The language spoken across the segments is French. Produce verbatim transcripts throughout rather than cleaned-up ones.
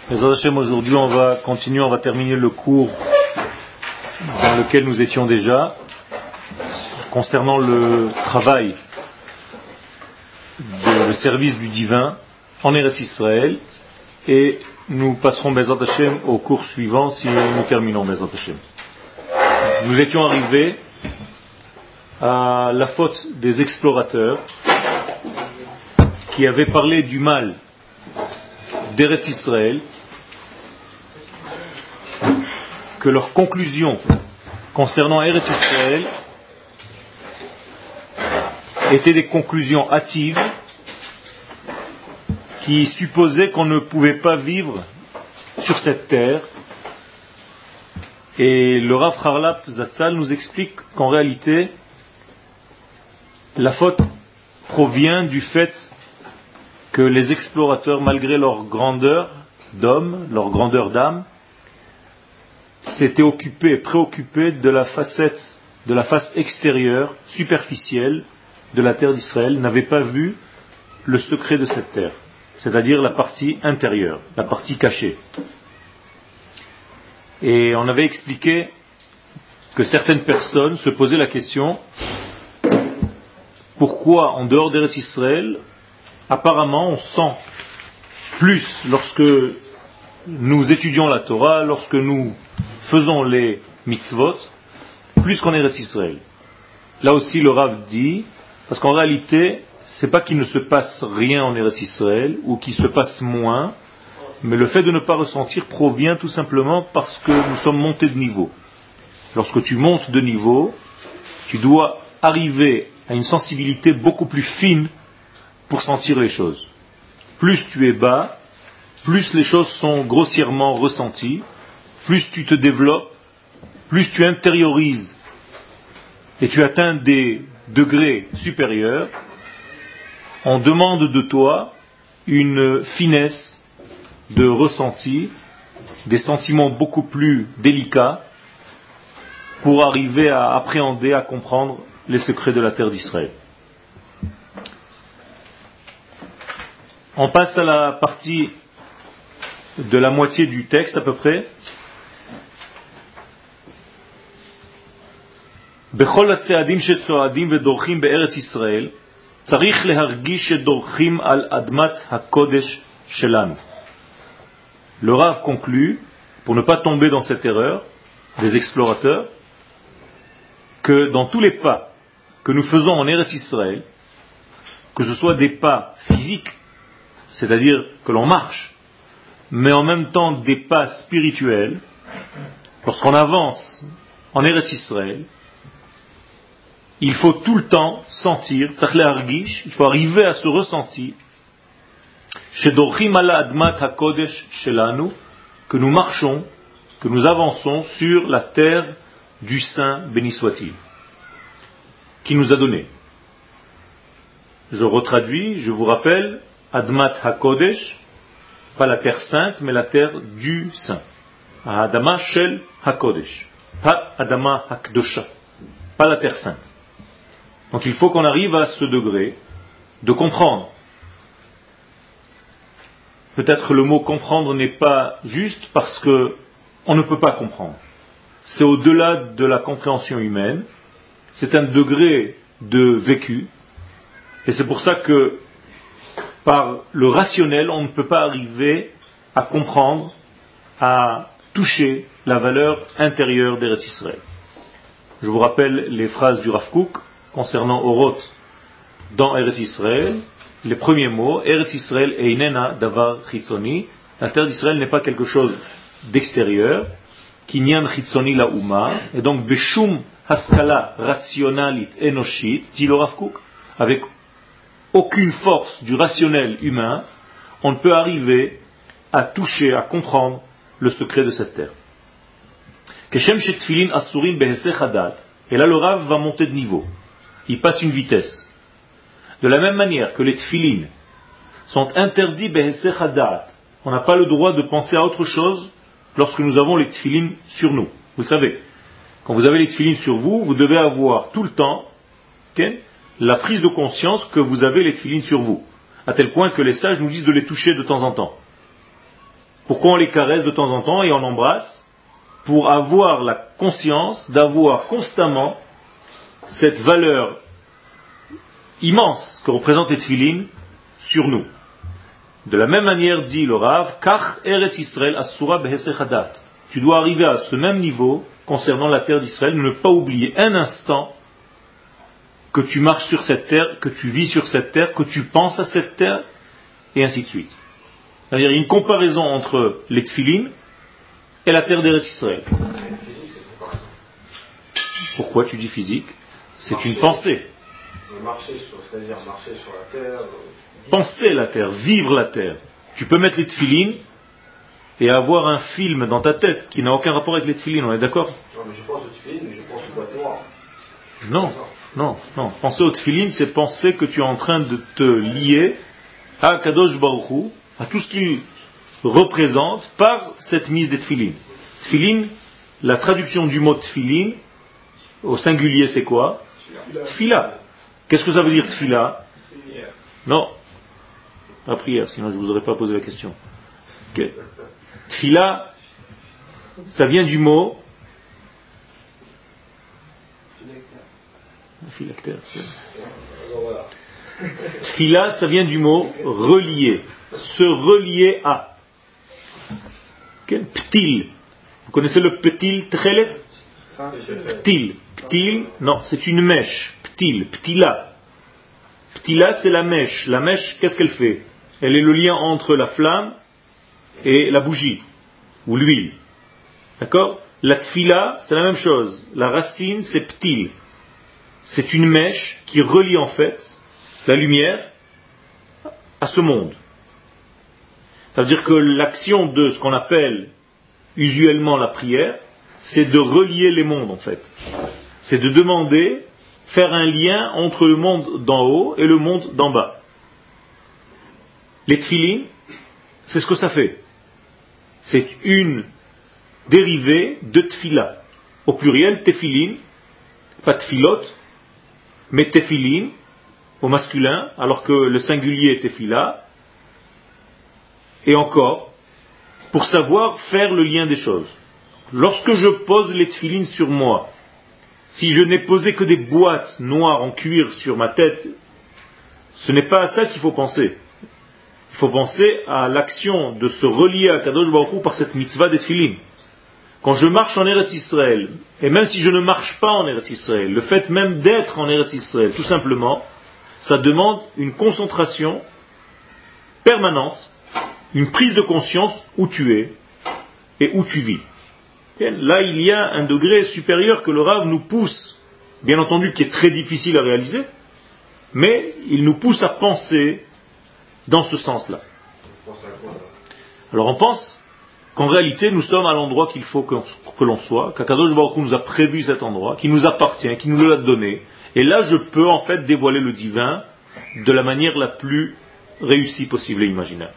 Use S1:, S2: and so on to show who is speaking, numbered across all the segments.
S1: Mais aujourd'hui, on va continuer, on va terminer le cours dans lequel nous étions déjà, concernant le travail, de, le service du divin en Eretz Israël, et nous passerons Bezat Hashem au cours suivant si nous terminons Bezat Hashem. Nous étions arrivés à la faute des explorateurs qui avaient parlé du mal d'Eretz Israël, que leurs conclusions concernant Eretz Israël étaient des conclusions hâtives qui supposaient qu'on ne pouvait pas vivre sur cette terre. Et le Rav Harlap Zatzal nous explique qu'en réalité, la faute provient du fait que les explorateurs, malgré leur grandeur d'homme, leur grandeur d'âme, s'étaient occupés, préoccupés de la facette, de la face extérieure, superficielle de la terre d'Israël, n'avaient pas vu le secret de cette terre, c'est-à-dire la partie intérieure, la partie cachée. Et on avait expliqué que certaines personnes se posaient la question, pourquoi en dehors d'Eretz Israël, apparemment on sent plus lorsque nous étudions la Torah, lorsque nous faisons les mitzvot, plus qu'en Eretz Israël. Là aussi le Rav dit, parce qu'en réalité, c'est pas qu'il ne se passe rien en Eretz Israël, ou qu'il se passe moins, mais le fait de ne pas ressentir provient tout simplement parce que nous sommes montés de niveau. Lorsque tu montes de niveau, tu dois arriver à une sensibilité beaucoup plus fine pour sentir les choses. Plus tu es bas, plus les choses sont grossièrement ressenties, plus tu te développes, plus tu intériorises et tu atteins des degrés supérieurs, on demande de toi une finesse de ressenti, des sentiments beaucoup plus délicats pour arriver à appréhender, à comprendre les secrets de la terre d'Israël. On passe à la partie de la moitié du texte à peu près. בכל הצעדים שצועדים ודורכים בארץ ישראל, צריך להרגיש שדורכים על אדמת הקודש שלנו. Le Rav conclut, pour ne pas tomber dans cette erreur des explorateurs, que dans tous les pas que nous faisons en Eretz Israël, que ce soit des pas physiques, c'est-à-dire que l'on marche, mais en même temps des pas spirituels, lorsqu'on avance en Eretz Israël, il faut tout le temps sentir, il faut arriver à ce ressenti, que nous marchons, que nous avançons sur la terre du Saint, béni soit-il, qui nous a donné. Je retraduis, je vous rappelle, Admat HaKodesh, pas la terre sainte, mais la terre du Saint. Adama Shel HaKodesh, pas Adama HaKdosha, pas la terre sainte. Donc il faut qu'on arrive à ce degré de comprendre. Peut-être le mot comprendre n'est pas juste parce que on ne peut pas comprendre. C'est au-delà de la compréhension humaine. C'est un degré de vécu. Et c'est pour ça que par le rationnel, on ne peut pas arriver à comprendre, à toucher la valeur intérieure d'Eretz Israël. Je vous rappelle les phrases du Rav Kook concernant Oroth dans Eretz Israël. Les premiers mots, Eretz Israël einena davar chitzoni, la terre d'Israël n'est pas quelque chose d'extérieur, kinyan chitzoni la uma, et donc beshum haskala rationalit enoshit, dit le Rav Kook, avec aucune force du rationnel humain, on ne peut arriver à toucher, à comprendre le secret de cette terre. Keshem shetfilin asurin behesech hadat, et là le Rav va monter de niveau, il passe une vitesse. De la même manière que les tfilin sont interdits behesech hadat, on n'a pas le droit de penser à autre chose lorsque nous avons les tfilin sur nous. Vous le savez, quand vous avez les tfilin sur vous, vous devez avoir tout le temps okay, la prise de conscience que vous avez les tfilin sur vous, à tel point que les sages nous disent de les toucher de temps en temps. Pourquoi on les caresse de temps en temps et on embrasse? Pour avoir la conscience d'avoir constamment cette valeur immense que représente les tefilin sur nous. De la même manière, dit le Rav, Kach Eretz Israël Asura Behesech Hadat. Tu dois arriver à ce même niveau concernant la terre d'Israël, ne pas oublier un instant que tu marches sur cette terre, que tu vis sur cette terre, que tu penses à cette terre, et ainsi de suite. C'est-à-dire, il y a une comparaison entre les tefilin et la terre d'Eretz Israël. Pourquoi tu dis physique? C'est marcher, une pensée.
S2: Marcher sur, c'est-à-dire marcher sur la terre.
S1: Penser la terre, vivre la terre. Tu peux mettre les tefilin et avoir un film dans ta tête qui n'a aucun rapport avec les tefilin, on est d'accord?
S2: Non, mais je pense aux tefilin, mais je pense aux boîtes noires.
S1: Non, non, non. Penser aux tefilin, c'est penser que tu es en train de te lier à Kadosh Baruch Hu, à tout ce qu'il représente par cette mise des tefilin. Tefilin, la traduction du mot tefilin, au singulier, c'est quoi? Tfila. Qu'est-ce que ça veut dire tfila? Non. La prière, sinon je ne vous aurais pas posé la question. Okay. Tfila, ça vient du mot Tfila, ça vient du mot relier, se relier à. Okay. Ptil. Vous connaissez le ptil tchelet? Ptil. Ptil, non, c'est une mèche. Ptil, ptila. Ptila, c'est la mèche. La mèche, qu'est-ce qu'elle fait? Elle est le lien entre la flamme et la bougie, ou l'huile. D'accord? La tfila, c'est la même chose. La racine, c'est ptil. C'est une mèche qui relie en fait la lumière à ce monde. Ça veut dire que l'action de ce qu'on appelle usuellement la prière, c'est de relier les mondes en fait. C'est de demander, faire un lien entre le monde d'en haut et le monde d'en bas. Les tefilin, c'est ce que ça fait. C'est une dérivée de tefila. Au pluriel, tefilin, pas tefilot, mais tefilin, au masculin, alors que le singulier est tefila. Et encore, pour savoir faire le lien des choses. Lorsque je pose les tefilin sur moi, si je n'ai posé que des boîtes noires en cuir sur ma tête, ce n'est pas à ça qu'il faut penser. Il faut penser à l'action de se relier à Kadosh Baruch Hu par cette mitzvah des tefilin. Quand je marche en Eretz Israël, et même si je ne marche pas en Eretz Israël, le fait même d'être en Eretz Israël, tout simplement, ça demande une concentration permanente, une prise de conscience où tu es et où tu vis. Là, il y a un degré supérieur que le Rav nous pousse, bien entendu, qui est très difficile à réaliser, mais il nous pousse à penser dans ce sens-là. Alors on pense qu'en réalité, nous sommes à l'endroit qu'il faut que, que l'on soit, qu'Akadosh Baruch Hu nous a prévu cet endroit, qui nous appartient, qui nous l'a donné, et là je peux en fait dévoiler le divin de la manière la plus réussie possible et imaginaire.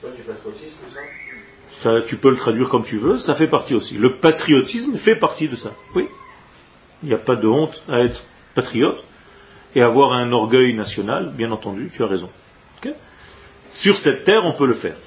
S1: Ça, tu peux le traduire comme tu veux, ça fait partie aussi. Le patriotisme fait partie de ça. Oui. Il n'y a pas de honte à être patriote et avoir un orgueil national, bien entendu, tu as raison. Okay? Sur cette terre, on peut le faire.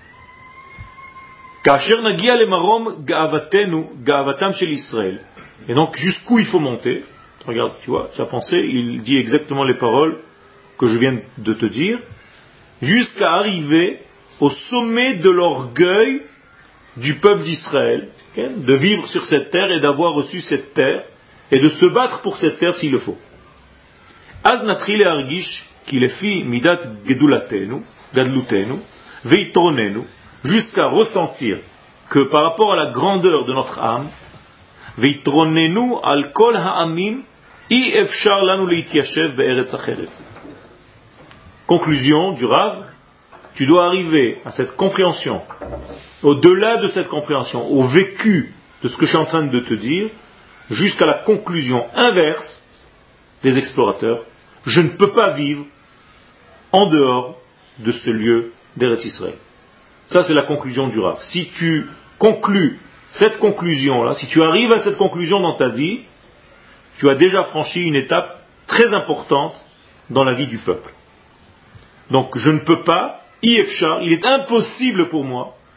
S1: Et donc, jusqu'où il faut monter? Regarde, tu vois, tu as pensé, il dit exactement les paroles que je viens de te dire, jusqu'à arriver au sommet de l'orgueil du peuple d'Israël, okay, de vivre sur cette terre et d'avoir reçu cette terre, et de se battre pour cette terre s'il le faut. Az natri lehargish ki lefi midat gedulatenu, gadlutenu, veitronenu, jusqu'à ressentir que par rapport à la grandeur de notre âme, veitronenu al kol ha'amim, i efshar lanu leityashev be'eretz acheret. Conclusion du Rav, tu dois arriver à cette compréhension, au-delà de cette compréhension, au vécu de ce que je suis en train de te dire, jusqu'à la conclusion inverse des explorateurs. Je ne peux pas vivre en dehors de ce lieu d'Eretz Israël. Ça, c'est la conclusion du Rav. Si tu conclus cette conclusion-là, si tu arrives à cette conclusion dans ta vie, tu as déjà franchi une étape très importante dans la vie du peuple. Donc, je ne peux pas, I F Char, il est impossible pour moi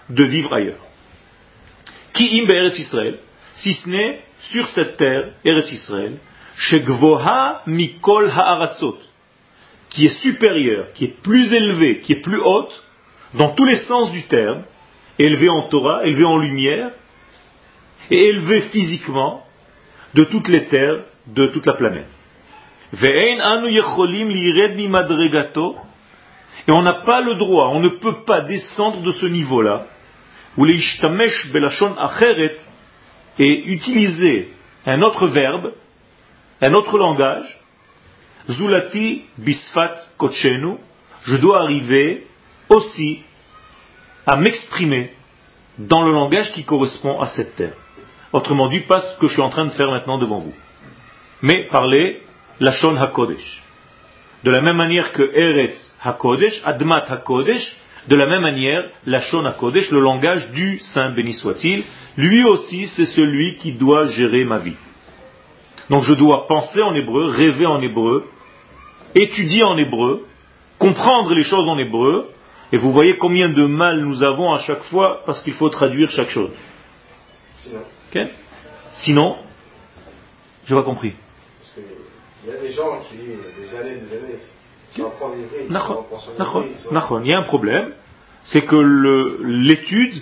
S1: de vivre ailleurs. Ki im be'eretz Israël, si ce n'est sur cette terre, Eretz Israël, shegvoha mikol ha'aratzot, qui est supérieure, qui est plus élevée, qui est plus haute, dans tous les sens du terme, élevée en Torah, élevée en lumière, et élevée physiquement de toutes les terres, de toute la planète. Ve'ein anu yecholim lired mimadregato, et on n'a pas le droit, on ne peut pas descendre de ce niveau-là, ou leishtamesh belashon acheret, et utiliser un autre verbe, un autre langage, zulati bisfat kotchenu, je dois arriver aussi à m'exprimer dans le langage qui correspond à cette terre. Autrement dit, pas ce que je suis en train de faire maintenant devant vous, mais parler lashon hakodesh. De la même manière que Eretz hakodesh, Admat hakodesh, de la même manière, lashon hakodesh, le langage du Saint béni soit-il, lui aussi c'est celui qui doit gérer ma vie. Donc je dois penser en hébreu, rêver en hébreu, étudier en hébreu, comprendre les choses en hébreu, et vous voyez combien de mal nous avons à chaque fois parce qu'il faut traduire chaque chose.
S2: Sinon,
S1: Okay? Sinon, je n'ai pas compris.
S2: parce qu'il y a des gens qui vivent des années et des années qui apprennent l'hébreu,
S1: Nachon,
S2: qui
S1: nachon,
S2: sont
S1: nachon. Il y a un problème, c'est que le, l'étude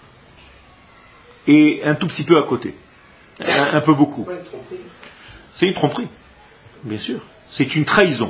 S1: est un tout petit peu à côté. Un, un peu beaucoup.
S2: C'est pas une tromperie.
S1: C'est une tromperie, bien sûr. C'est une trahison.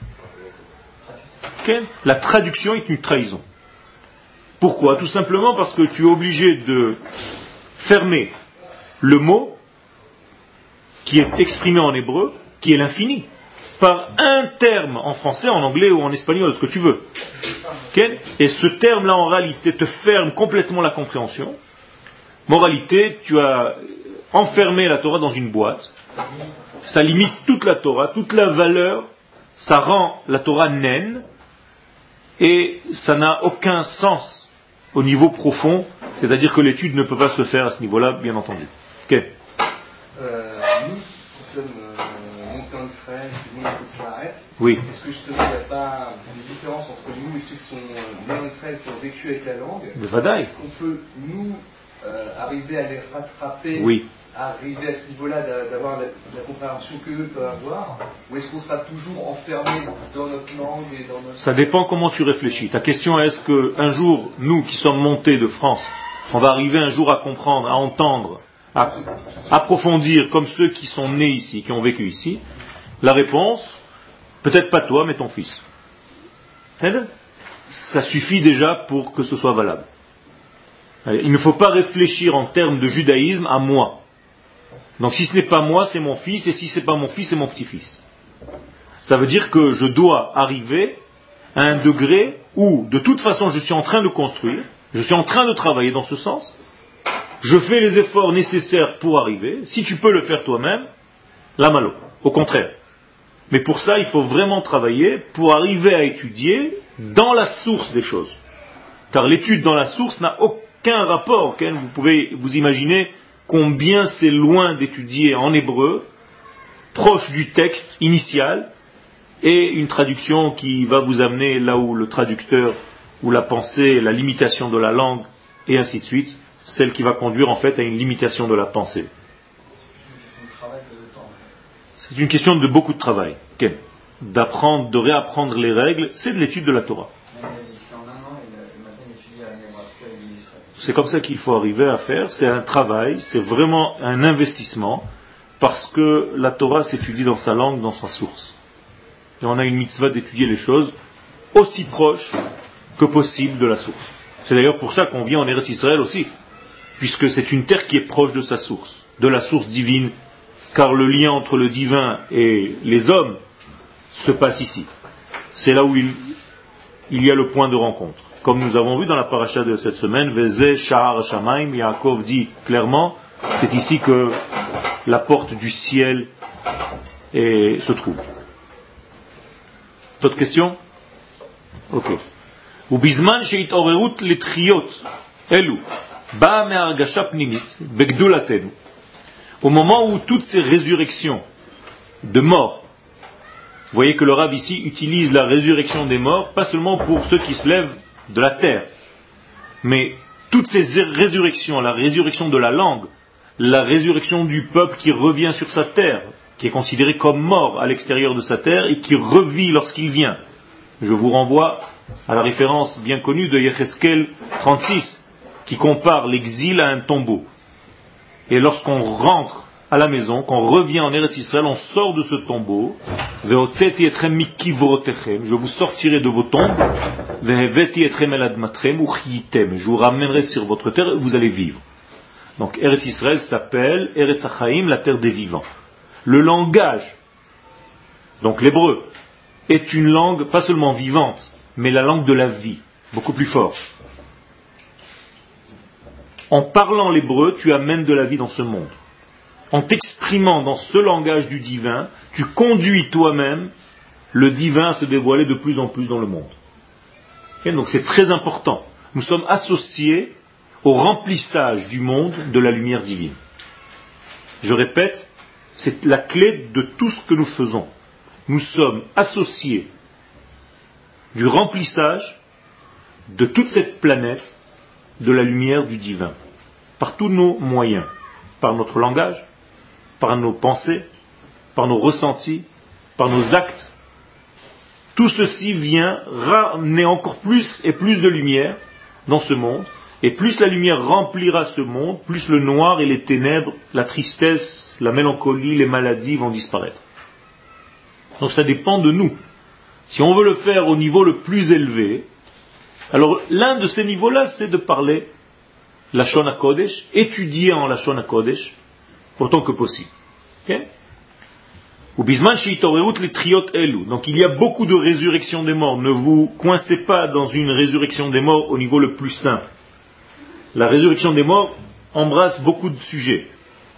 S1: Okay? La traduction est une trahison. Pourquoi? Tout simplement parce que tu es obligé de fermer le mot qui est exprimé en hébreu, qui est l'infini, par un terme en français, en anglais ou en espagnol, ce que tu veux. Okay? Et ce terme-là, en réalité, te ferme complètement la compréhension. Moralité, tu as enfermé la Torah dans une boîte. Ça limite toute la Torah, toute la valeur. Ça rend la Torah naine. Et ça n'a aucun sens au niveau profond. C'est-à-dire que l'étude ne peut pas se faire à ce niveau-là, bien entendu. Okay.
S3: Euh, nous, qui sommes euh, montés en Israël, puis nous, on s'arrête.
S1: Oui.
S3: Est-ce que justement, il n'y a pas une différence entre nous et ceux qui sont euh, nés en Israël, qui ont vécu avec la langue?
S1: Le Vadaï.
S3: Est-ce qu'on peut, nous, euh, arriver à les rattraper,
S1: oui.
S3: arriver à ce niveau-là, d'avoir la, la compréhension qu'eux peuvent avoir? Ou est-ce qu'on sera toujours enfermé dans notre langue et dans notre...
S1: Ça dépend comment tu réfléchis. Ta question est, est-ce qu'un jour, nous qui sommes montés de France, on va arriver un jour à comprendre, à entendre, à approfondir comme ceux qui sont nés ici, qui ont vécu ici? La réponse, peut-être pas toi, mais ton fils. Ça suffit déjà pour que ce soit valable. Il ne faut pas réfléchir en termes de judaïsme à moi. Donc si ce n'est pas moi, c'est mon fils, et si ce n'est pas mon fils, c'est mon petit-fils. Ça veut dire que je dois arriver à un degré où, de toute façon, je suis en train de construire, je suis en train de travailler dans ce sens, je fais les efforts nécessaires pour arriver. Si tu peux le faire toi-même, la malo, au contraire. Mais pour ça, il faut vraiment travailler pour arriver à étudier dans la source des choses. Car l'étude dans la source n'a aucun rapport. Vous pouvez vous imaginer combien c'est loin d'étudier en hébreu, proche du texte initial, et une traduction qui va vous amener là où le traducteur, ou la pensée, la limitation de la langue, et ainsi de suite, celle qui va conduire en fait à une limitation de la pensée. C'est une question de beaucoup de travail. Okay. D'apprendre, de réapprendre les règles, c'est de l'étude de la Torah. C'est comme ça qu'il faut arriver à faire. C'est un travail, c'est vraiment un investissement, parce que la Torah s'étudie dans sa langue, dans sa source. Et on a une mitzvah d'étudier les choses aussi proches que possible de la source. C'est d'ailleurs pour ça qu'on vient en Eretz Israël aussi, puisque c'est une terre qui est proche de sa source, de la source divine, car le lien entre le divin et les hommes se passe ici. C'est là où il, il y a le point de rencontre. Comme nous avons vu dans la paracha de cette semaine, Vezeh Sha'ar Shamaim, Yaakov dit clairement, c'est ici que la porte du ciel est, se trouve. D'autres questions? Ok. ובזמן שהתעוררות לתחיות אלו באה מהרגשה פנימית בגדולתנו, au moment où toutes ces résurrections de morts, vous voyez que le Rav ici utilise la résurrection des morts pas seulement pour ceux qui se lèvent de la terre, mais toutes ces résurrections, la résurrection de la langue, la résurrection du peuple qui revient sur sa terre, qui est considéré comme mort à l'extérieur de sa terre et qui revit lorsqu'il vient. Je vous renvoie à la référence bien connue de Yecheskel trente-six, qui compare l'exil à un tombeau. Et lorsqu'on rentre à la maison, qu'on revient en Eretz Israël, on sort de ce tombeau. Je vous sortirai de vos tombes. Je vous ramènerai sur votre terre et vous allez vivre. Donc Eretz Israël s'appelle Eretz Hachaim, la terre des vivants. Le langage, donc l'hébreu, est une langue pas seulement vivante, mais la langue de la vie, beaucoup plus fort. En parlant l'hébreu, tu amènes de la vie dans ce monde. En t'exprimant dans ce langage du divin, tu conduis toi-même le divin à se dévoiler de plus en plus dans le monde. Et donc c'est très important. Nous sommes associés au remplissage du monde de la lumière divine. Je répète, c'est la clé de tout ce que nous faisons. Nous sommes associés du remplissage de toute cette planète de la lumière du divin, par tous nos moyens, par notre langage, par nos pensées, par nos ressentis, par nos actes. Tout ceci vient ramener encore plus et plus de lumière dans ce monde, et plus la lumière remplira ce monde, plus le noir et les ténèbres, la tristesse, la mélancolie, les maladies vont disparaître. Donc ça dépend de nous. Si on veut le faire au niveau le plus élevé, alors l'un de ces niveaux-là, c'est de parler Lashon HaKodesh, étudier en Lashon HaKodesh, autant que possible. Okay? Donc il y a beaucoup de résurrections des morts. Ne vous coincez pas dans une résurrection des morts au niveau le plus simple. La résurrection des morts embrasse beaucoup de sujets.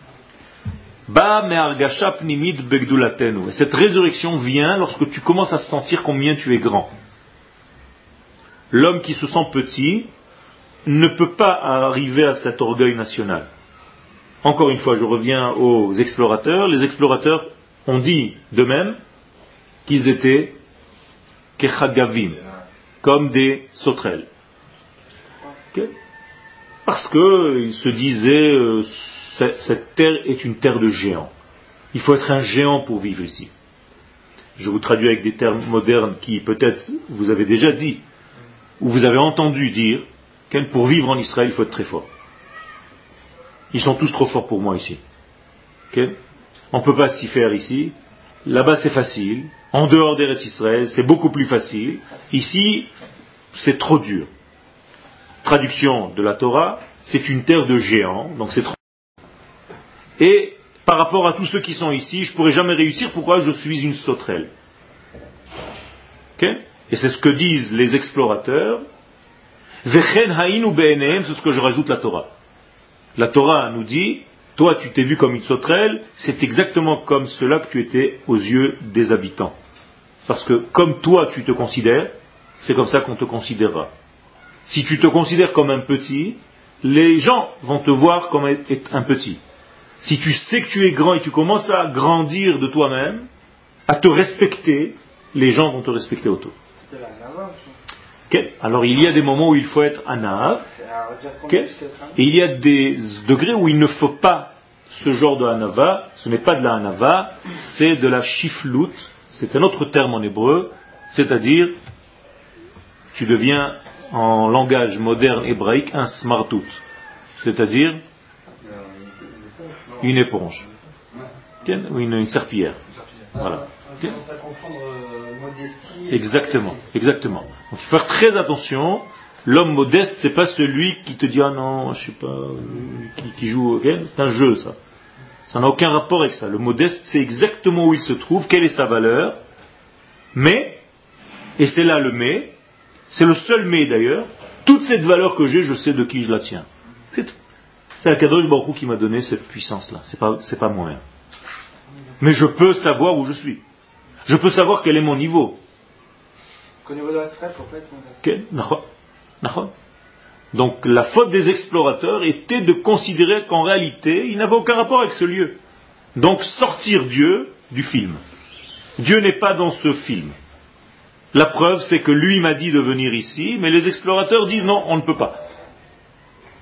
S1: Et cette résurrection vient lorsque tu commences à sentir combien tu es grand. L'homme qui se sent petit ne peut pas arriver à cet orgueil national. Encore une fois, je reviens aux explorateurs. Les explorateurs ont dit d'eux-mêmes qu'ils étaient kechagavim, comme des sauterelles. Okay? Parce qu'ils se disaient, euh, cette terre est une terre de géants. Il faut être un géant pour vivre ici. Je vous traduis avec des termes modernes qui peut-être vous avez déjà dit, ou vous avez entendu dire, que pour vivre en Israël, il faut être très fort. Ils sont tous trop forts pour moi ici. Okay? On ne peut pas s'y faire ici. Là-bas, c'est facile. En dehors d'Eretz Israël, c'est beaucoup plus facile. Ici, c'est trop dur. Traduction de la Torah, c'est une terre de géants, donc c'est trop. Et par rapport à tous ceux qui sont ici, je ne pourrai jamais réussir. Pourquoi? Je suis une sauterelle. Okay? Et c'est ce que disent les explorateurs. Vechen haïnu be'enehem, c'est ce que je rajoute la Torah. La Torah nous dit, toi tu t'es vu comme une sauterelle, c'est exactement comme cela que tu étais aux yeux des habitants. Parce que comme toi tu te considères, c'est comme ça qu'on te considérera. Si tu te considères comme un petit, les gens vont te voir comme un petit. Si tu sais que tu es grand et tu commences à grandir de toi-même, à te respecter, les gens vont te respecter autour. Okay. Alors il y a des moments où il faut être anav, okay. Et il y a des degrés où il ne faut pas ce genre de anava. Ce n'est pas de la anava, c'est de la shiflut. C'est un autre terme en hébreu, c'est-à-dire tu deviens en langage moderne hébraïque un smartout, c'est-à-dire une éponge, okay. Ou une, une serpillière. Voilà. Okay. Exactement, exactement. Donc il faut faire très attention. L'homme modeste, c'est pas celui qui te dit ah non, je sais pas, qui, qui joue. Okay, c'est un jeu, ça. Ça n'a aucun rapport avec ça. Le modeste, c'est exactement où il se trouve, quelle est sa valeur. Mais, et c'est là le mais, c'est le seul mais d'ailleurs. Toute cette valeur que j'ai, je sais de qui je la tiens. C'est tout. C'est Akadosh Baruch Hu qui m'a donné cette puissance-là. C'est pas, c'est pas moi-même. Mais je peux savoir où je suis. Je peux savoir quel est mon niveau.
S3: Qu'au niveau de l'Israël, il faut pas être modeste.
S1: Okay. Donc la faute des explorateurs était de considérer qu'en réalité, il n'avait aucun rapport avec ce lieu. Donc sortir Dieu du film. Dieu n'est pas dans ce film. La preuve, c'est que lui m'a dit de venir ici, mais les explorateurs disent non, on ne peut pas.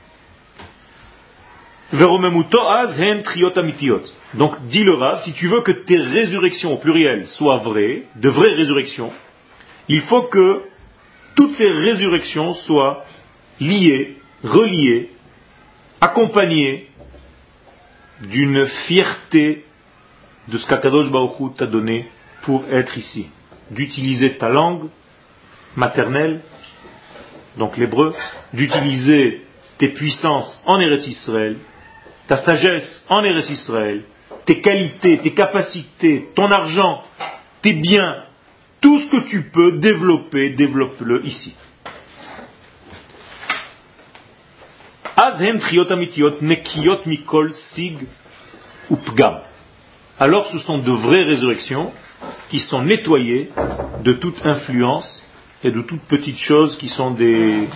S1: Donc, dit le Rav, si tu veux que tes résurrections au pluriel soient vraies, de vraies résurrections, il faut que toutes ces résurrections soient liées, reliées, accompagnées d'une fierté de ce qu'Akadosh Baruch Hu t'a donné pour être ici. D'utiliser ta langue maternelle, donc l'hébreu, d'utiliser tes puissances en Eretz Israël, ta sagesse en Eretz Israël, tes qualités, tes capacités, ton argent, tes biens, tout ce que tu peux développer, développe-le ici. Alors ce sont de vraies résurrections qui sont nettoyées de toute influence et de toutes petites choses qui sont des,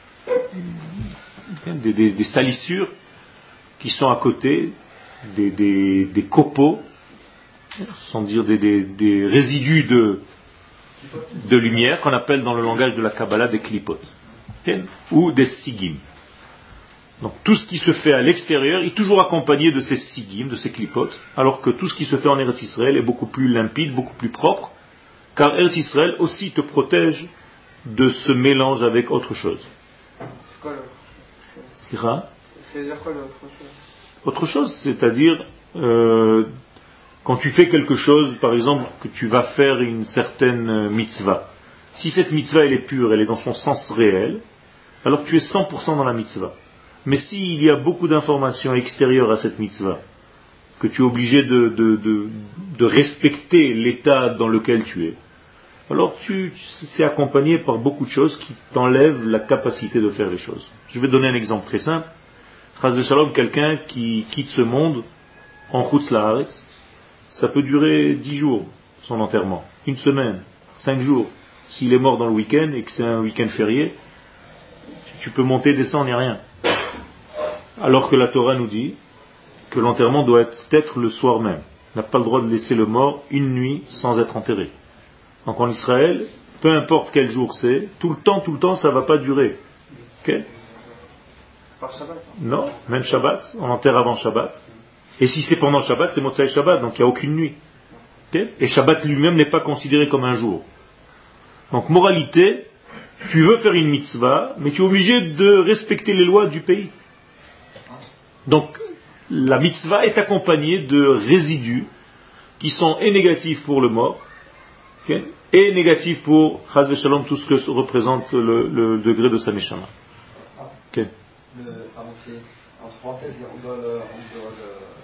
S1: des, des, des salissures qui sont à côté, des, des, des copeaux, sans dire des, des, des résidus de, de lumière qu'on appelle dans le langage de la Kabbalah des klipotes ou des sigim. Donc tout ce qui se fait à l'extérieur est toujours accompagné de ces sigim, de ces klipotes, alors que tout ce qui se fait en Eretz Israël est beaucoup plus limpide, beaucoup plus propre, car Eretz Israël aussi te protège de ce mélange avec autre chose.
S3: C'est quoi l'autre
S1: chose?
S3: C'est-à-dire quoi l'autre chose?
S1: Autre chose, c'est-à-dire euh, quand tu fais quelque chose, par exemple, que tu vas faire une certaine mitzvah. Si cette mitzvah elle est pure, elle est dans son sens réel, alors tu es cent pour cent dans la mitzvah. Mais s'il y a beaucoup d'informations extérieures à cette mitzvah, que tu es obligé de, de, de, de respecter l'état dans lequel tu es, alors tu, c'est accompagné par beaucoup de choses qui t'enlèvent la capacité de faire les choses. Je vais donner un exemple très simple. Chas de Shalom, quelqu'un qui quitte ce monde en Chutz La'aretz, ça peut durer dix jours, son enterrement, une semaine, cinq jours. S'il est mort dans le week-end et que c'est un week-end férié, tu peux monter, descendre, il n'y a rien. Alors que la Torah nous dit que l'enterrement doit être le soir même. On n'a pas le droit de laisser le mort une nuit sans être enterré. Donc en Israël, peu importe quel jour c'est, tout le temps, tout le temps, ça ne va pas durer. Okay?
S3: Par Shabbat?
S1: Non, même Shabbat, on enterre avant Shabbat. Et si c'est pendant Shabbat, c'est Motzai Shabbat, donc il n'y a aucune nuit. Okay? Et Shabbat lui-même n'est pas considéré comme un jour. Donc moralité, tu veux faire une mitzvah, mais tu es obligé de respecter les lois du pays. Donc la mitzvah est accompagnée de résidus qui sont et négatifs pour le mort, okay, et négatifs pour Chas v'Shalom, tout ce que représente le, le degré de sa neshama. Okay.
S4: Le, pardon, c'est, entre parenthèses, on doit, le, on doit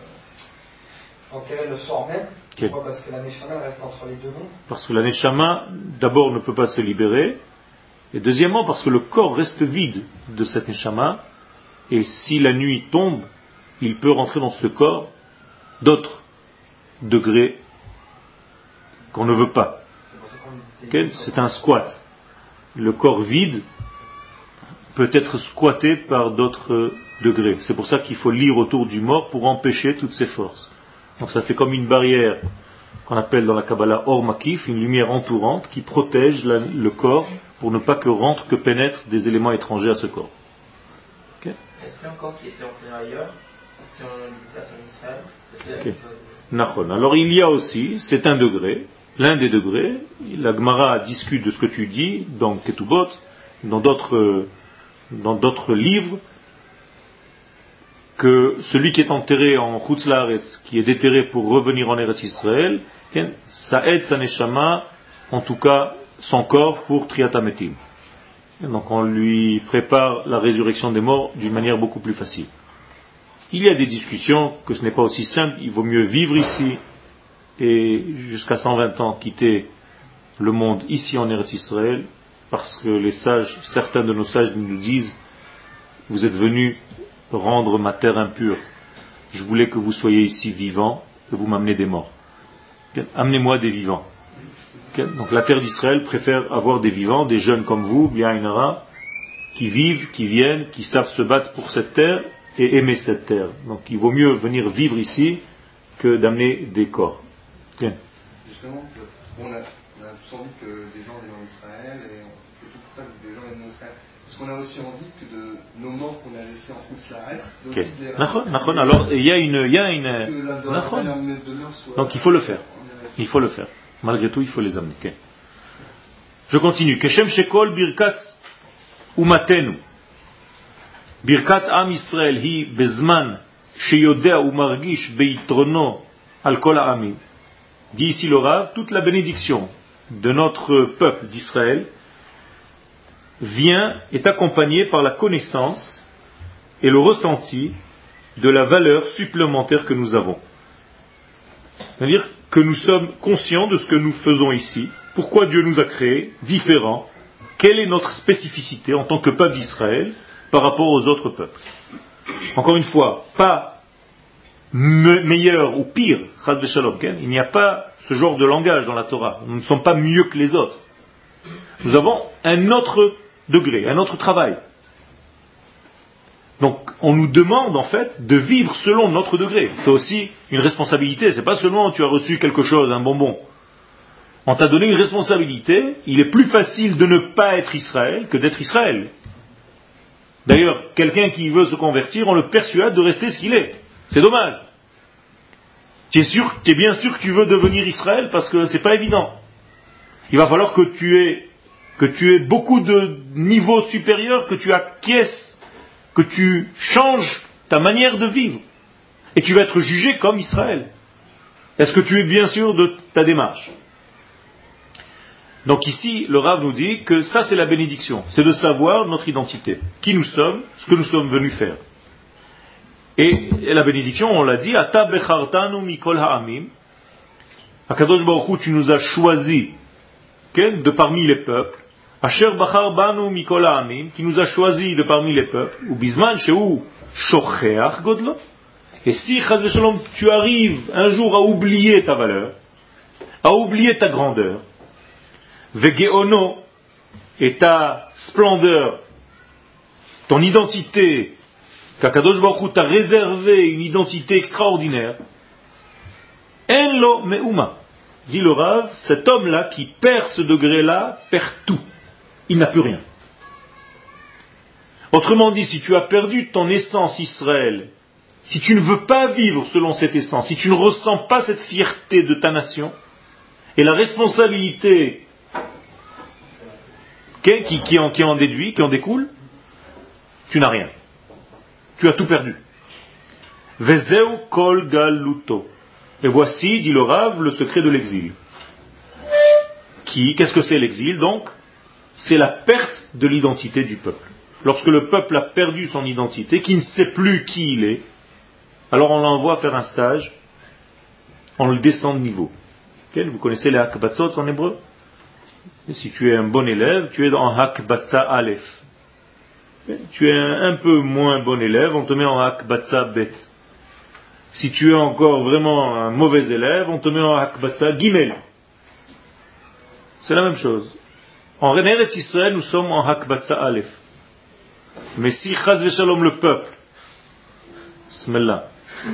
S4: le, enterrer le soir même. Okay. Pourquoi? Parce que la neshama reste entre les deux mondes.
S1: Parce que la neshama, d'abord, ne peut pas se libérer, et deuxièmement, parce que le corps reste vide de cette neshama, et si la nuit tombe, il peut rentrer dans ce corps d'autres degrés qu'on ne veut pas. Okay? C'est un squat. Le corps vide peut être squatté par d'autres degrés. C'est pour ça qu'il faut lire autour du mort pour empêcher toutes ces forces. Donc ça fait comme une barrière qu'on appelle dans la Kabbalah Or Makif, une lumière entourante qui protège la, le corps pour ne pas que rentrent, que pénètrent des éléments étrangers à ce corps. Okay?
S5: Est-ce qu'un corps qui était enterré ailleurs, si on le place en Israël, c'est la
S1: okay.
S5: chose.
S1: Alors il y a aussi, c'est un degré, l'un des degrés, la Gemara discute de ce que tu dis dans Ketubot, dans d'autres, dans d'autres livres, que celui qui est enterré en Chutz La'aretz, qui est déterré pour revenir en Eretz Israël, ça aide sa neshama, en tout cas son corps, pour Triat HaMetim. Donc on lui prépare la résurrection des morts d'une manière beaucoup plus facile. Il y a des discussions que ce n'est pas aussi simple, il vaut mieux vivre ici et jusqu'à cent vingt ans quitter le monde ici en Eretz Israël, parce que les sages, certains de nos sages nous disent, vous êtes venus rendre ma terre impure, je voulais que vous soyez ici vivants et vous m'amenez des morts. Amenez-moi des vivants. Donc la terre d'Israël préfère avoir des vivants, des jeunes comme vous, Bliaïnara, qui vivent, qui viennent, qui savent se battre pour cette terre et aimer cette terre. Donc il vaut mieux venir vivre ici que d'amener des corps. Bien.
S3: Justement, on a, on a tous envie que des gens viennent en Israël et on fait tout pour ça que des gens viennent en Israël. Parce qu'on a aussi envie que de nos morts qu'on a laissés en Koutslaret,
S1: okay. aussi de les ramener. Alors, il y a une... Il y a une... Donc, il faut le faire. Il faut le faire. Malgré tout, il faut les amener. Okay. Je continue. Keshem Shekol Birkat Umatenu. Birkat Am Israël hi bezman sheyodea u margish beitrono al kol ha'amim. Dit ici le Rav, toute la bénédiction de notre peuple d'Israël vient, est accompagnée par la connaissance et le ressenti de la valeur supplémentaire que nous avons. C'est-à-dire que nous sommes conscients de ce que nous faisons ici, pourquoi Dieu nous a créés différents, quelle est notre spécificité en tant que peuple d'Israël par rapport aux autres peuples. Encore une fois, pas me- meilleur ou pire, chas v'shalom, il n'y a pas ce genre de langage dans la Torah. Nous ne sommes pas mieux que les autres. Nous avons un autre degré, un autre travail. Donc, on nous demande en fait de vivre selon notre degré. C'est aussi une responsabilité. C'est pas seulement tu as reçu quelque chose, un bonbon. On t'a donné une responsabilité. Il est plus facile de ne pas être Israël que d'être Israël. D'ailleurs, quelqu'un qui veut se convertir, on le persuade de rester ce qu'il est. C'est dommage. Tu es sûr, tu es bien sûr que tu veux devenir Israël parce que c'est pas évident. Il va falloir que tu aies, que tu aies beaucoup de niveaux supérieurs, que tu acquiesces, que tu changes ta manière de vivre. Et tu vas être jugé comme Israël. Est-ce que tu es bien sûr de ta démarche? Donc ici, le Rav nous dit que ça c'est la bénédiction, c'est de savoir notre identité, qui nous sommes, ce que nous sommes venus faire. Et, et la bénédiction, on l'a dit, Ata bechartanu mikol ha'amim, Akadosh Baruch Hu, tu nous as choisis okay, de parmi les peuples, Asher bachar banu mikol ha'amim, qui nous a choisis de parmi les peuples, ou bisman shehu shocheach godlo, et si, chas v'shalom, tu arrives un jour à oublier ta valeur, à oublier ta grandeur, Vegeono, et ta splendeur, ton identité, qu'Akadosh Baruch Hu t'a réservé une identité extraordinaire, En lo meuma, dit le Rav, cet homme-là qui perd ce degré-là, perd tout. Il n'a plus rien. Autrement dit, si tu as perdu ton essence Israël, si tu ne veux pas vivre selon cette essence, si tu ne ressens pas cette fierté de ta nation, et la responsabilité Qui, qui, qui, en, qui en déduit, qui en découle, tu n'as rien. Tu as tout perdu. Vezeu kol galuto. Et voici, dit le Rav, le secret de l'exil. Qui, qu'est-ce que c'est l'exil donc? C'est la perte de l'identité du peuple. Lorsque le peuple a perdu son identité, qui ne sait plus qui il est, alors on l'envoie faire un stage, on le descend de niveau. Okay? Vous connaissez les hakbatzot en hébreu? Et si tu es un bon élève, tu es en Hakbatsa Aleph. Tu es un, un peu moins bon élève, on te met en Hakbatsa Bet. Si tu es encore vraiment un mauvais élève, on te met en Hakbatsa Gimel. C'est la même chose. En Eretz Israël, nous sommes en Hakbatsa Aleph. Mais si Chaz v'Shalom le peuple, Bismillah,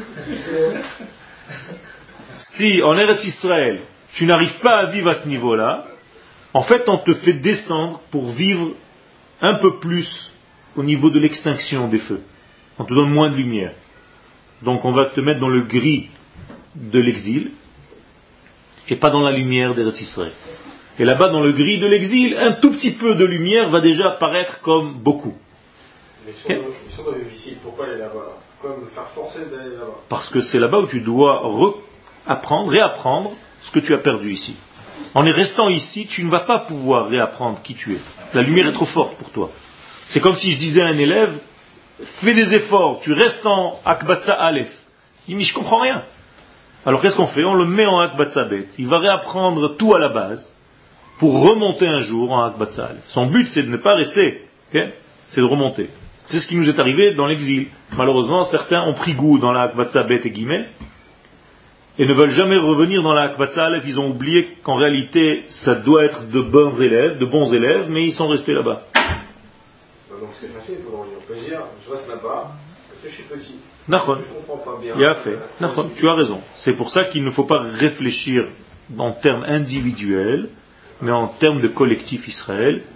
S1: si en Eretz Israël, tu n'arrives pas à vivre à ce niveau-là, en fait, on te fait descendre pour vivre un peu plus au niveau de l'extinction des feux. On te donne moins de lumière. Donc on va te mettre dans le gris de l'exil et pas dans la lumière d'Eretz Israël. Et là-bas, dans le gris de l'exil, un tout petit peu de lumière va déjà apparaître comme beaucoup.
S2: Mais si okay. on doit vivre ici, pourquoi aller là-bas là? Pourquoi me faire forcer d'aller là-bas?
S1: Parce que c'est là-bas où tu dois apprendre, réapprendre ce que tu as perdu ici. En restant ici, tu ne vas pas pouvoir réapprendre qui tu es. La lumière est trop forte pour toi. C'est comme si je disais à un élève, fais des efforts, tu restes en Hakbatsa Aleph. Il me dit, je comprends rien. Alors qu'est-ce qu'on fait? On le met en Hakbatsa Bet. Il va réapprendre tout à la base pour remonter un jour en Hakbatsa Aleph. Son but, c'est de ne pas rester. Okay? C'est de remonter. C'est ce qui nous est arrivé dans l'exil. Malheureusement, certains ont pris goût dans la Hakbatsa Bet et Gimel et ne veulent jamais revenir dans la Hakbatsa Aleph. Ils ont oublié qu'en réalité, ça doit être de bons élèves, de bons élèves, mais ils sont restés là-bas.
S2: Donc c'est facile pour revenir. On peut dire, je reste là-bas, parce que je suis petit.
S1: Nachon.
S2: Je ne comprends pas bien.
S1: Il a fait. Nachon. Tu as raison. C'est pour ça qu'il ne faut pas réfléchir en termes individuels, mais en termes de collectif Israël.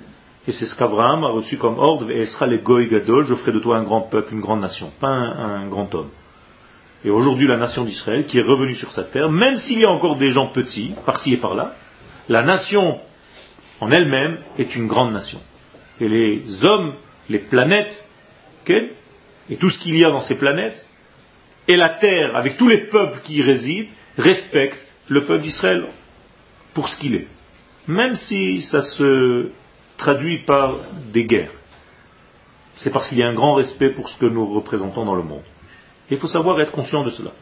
S1: Et c'est ce qu'Abraham a reçu comme ordre, et sera les Goy Gadol, je ferai de toi un grand peuple, une grande nation, pas un, un grand homme. Et aujourd'hui, la nation d'Israël, qui est revenue sur sa terre, même s'il y a encore des gens petits, par-ci et par-là, la nation en elle-même est une grande nation. Et les hommes, les planètes, okay, et tout ce qu'il y a dans ces planètes, et la terre, avec tous les peuples qui y résident, respectent le peuple d'Israël pour ce qu'il est. Même si ça se traduit par des guerres. C'est parce qu'il y a un grand respect pour ce que nous représentons dans le monde. Et il faut savoir être conscient de cela.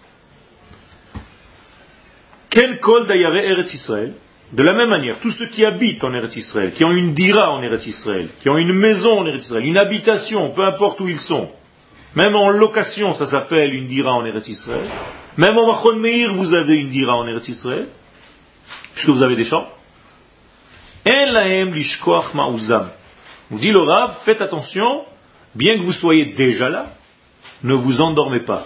S1: Quel kol d'ayare Eretz Israël? De la même manière, tous ceux qui habitent en Eretz Israël, qui ont une dira en Eretz Israël, qui ont une maison en Eretz Israël, une habitation, peu importe où ils sont, même en location, ça s'appelle une dira en Eretz Israël, même en Machon Meir, vous avez une dira en Eretz Israël, puisque vous avez des champs. En lahem lishkoach ma'uzam. Vous dit le Rav, faites attention, bien que vous soyez déjà là, ne vous endormez pas.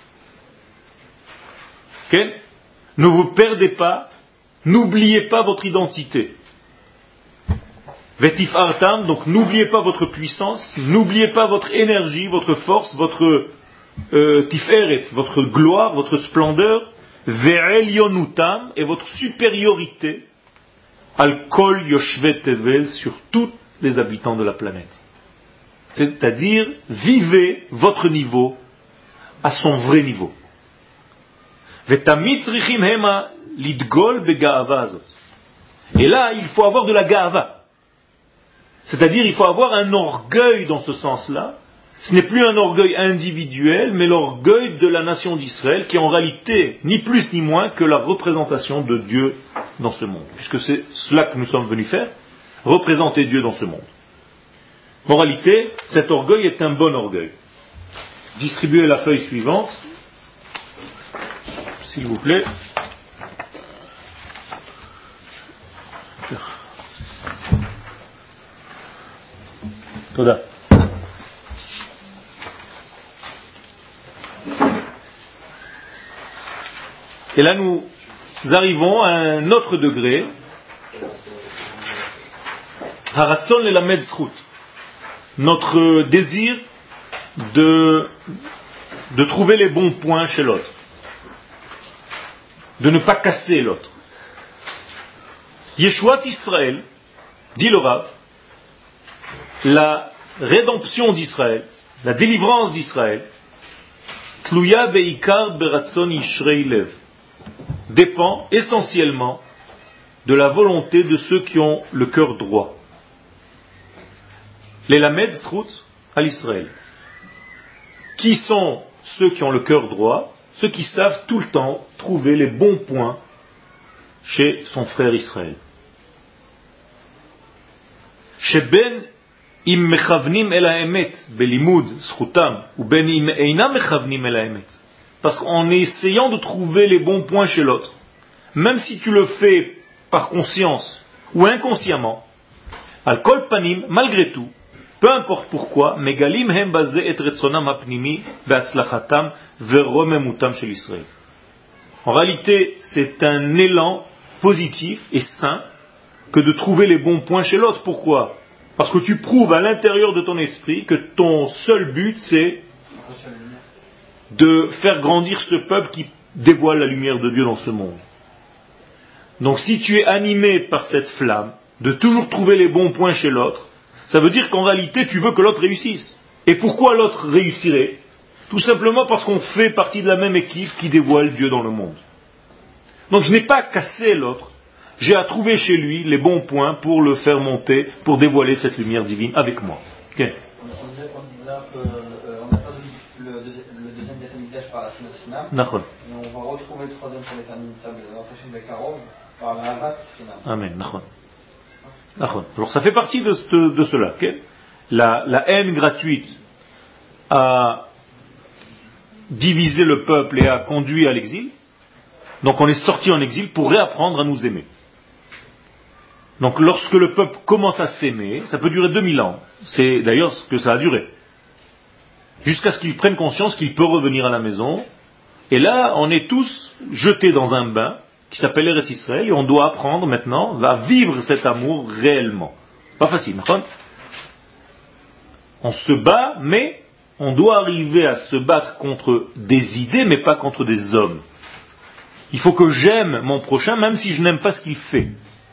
S1: Okay? Ne vous perdez pas, n'oubliez pas votre identité. Vetif artam, donc n'oubliez pas votre puissance, n'oubliez pas votre énergie, votre force, votre euh, tiferet, votre gloire, votre splendeur, ve'el yonutam, et votre supériorité, al kol yoshvet tevel, sur tous les habitants de la planète. C'est-à-dire, vivez votre niveau à son vrai niveau. Ve'tamit tzrichim hema lidgol begaava azot. Et là, il faut avoir de la gaava. C'est-à-dire, il faut avoir un orgueil dans ce sens-là. Ce n'est plus un orgueil individuel, mais l'orgueil de la nation d'Israël, qui est en réalité ni plus ni moins que la représentation de Dieu dans ce monde. Puisque c'est cela que nous sommes venus faire, représenter Dieu dans ce monde. Moralité, cet orgueil est un bon orgueil. Distribuez la feuille suivante, s'il vous plaît. Toda. Et là, nous arrivons à un autre degré. Haratzon lelamed zchut. Notre désir de, de trouver les bons points chez l'autre. De ne pas casser l'autre. Yeshuat Israël, dit le Rav, la rédemption d'Israël, la délivrance d'Israël, tluya beikar beratzon yishrei lev, dépend essentiellement de la volonté de ceux qui ont le cœur droit. Les lamed zchut à l'Israël. Qui sont ceux qui ont le cœur droit? Ceux qui savent tout le temps trouver les bons points chez son frère Israël. Sheben im mechavnim el haemet belimud zchutam ou ben im einam mechavnim el haemet. Parce qu'en essayant de trouver les bons points chez l'autre, même si tu le fais par conscience ou inconsciemment, al kol panim, malgré tout, peu importe pourquoi, megalim hem bazeh et retzonam apnimi be'atzlachatam ve'romemutam shel Israël. En réalité, c'est un élan positif et sain que de trouver les bons points chez l'autre. Pourquoi? Parce que tu prouves à l'intérieur de ton esprit que ton seul but, c'est de faire grandir ce peuple qui dévoile la lumière de Dieu dans ce monde. Donc si tu es animé par cette flamme, de toujours trouver les bons points chez l'autre, ça veut dire qu'en réalité tu veux que l'autre réussisse. Et pourquoi l'autre réussirait? Tout simplement parce qu'on fait partie de la même équipe qui dévoile Dieu dans le monde. Donc je n'ai pas cassé l'autre, j'ai à trouver chez lui les bons points pour le faire monter, pour dévoiler cette lumière divine avec moi. Okay.
S4: On disait qu'on n'a pas le deuxième déterminage par la Sinat Finam, et on va retrouver le troisième pour l'éternité de la prochaine Bekarov par la Havat Finam.
S1: Amen, nachon. Alors ça fait partie de, ce, de cela. Okay? La, la haine gratuite a divisé le peuple et a conduit à l'exil. Donc on est sorti en exil pour réapprendre à nous aimer. Donc lorsque le peuple commence à s'aimer, ça peut durer deux mille ans. C'est d'ailleurs ce que ça a duré. Jusqu'à ce qu'il prenne conscience qu'il peut revenir à la maison. Et là, on est tous jetés dans un bain qui s'appelle Eretz Israël, et on doit apprendre maintenant à vivre cet amour réellement. Pas facile, non? On se bat, mais on doit arriver à se battre contre des idées, mais pas contre des hommes. Il faut que j'aime mon prochain, même si je n'aime pas ce qu'il fait.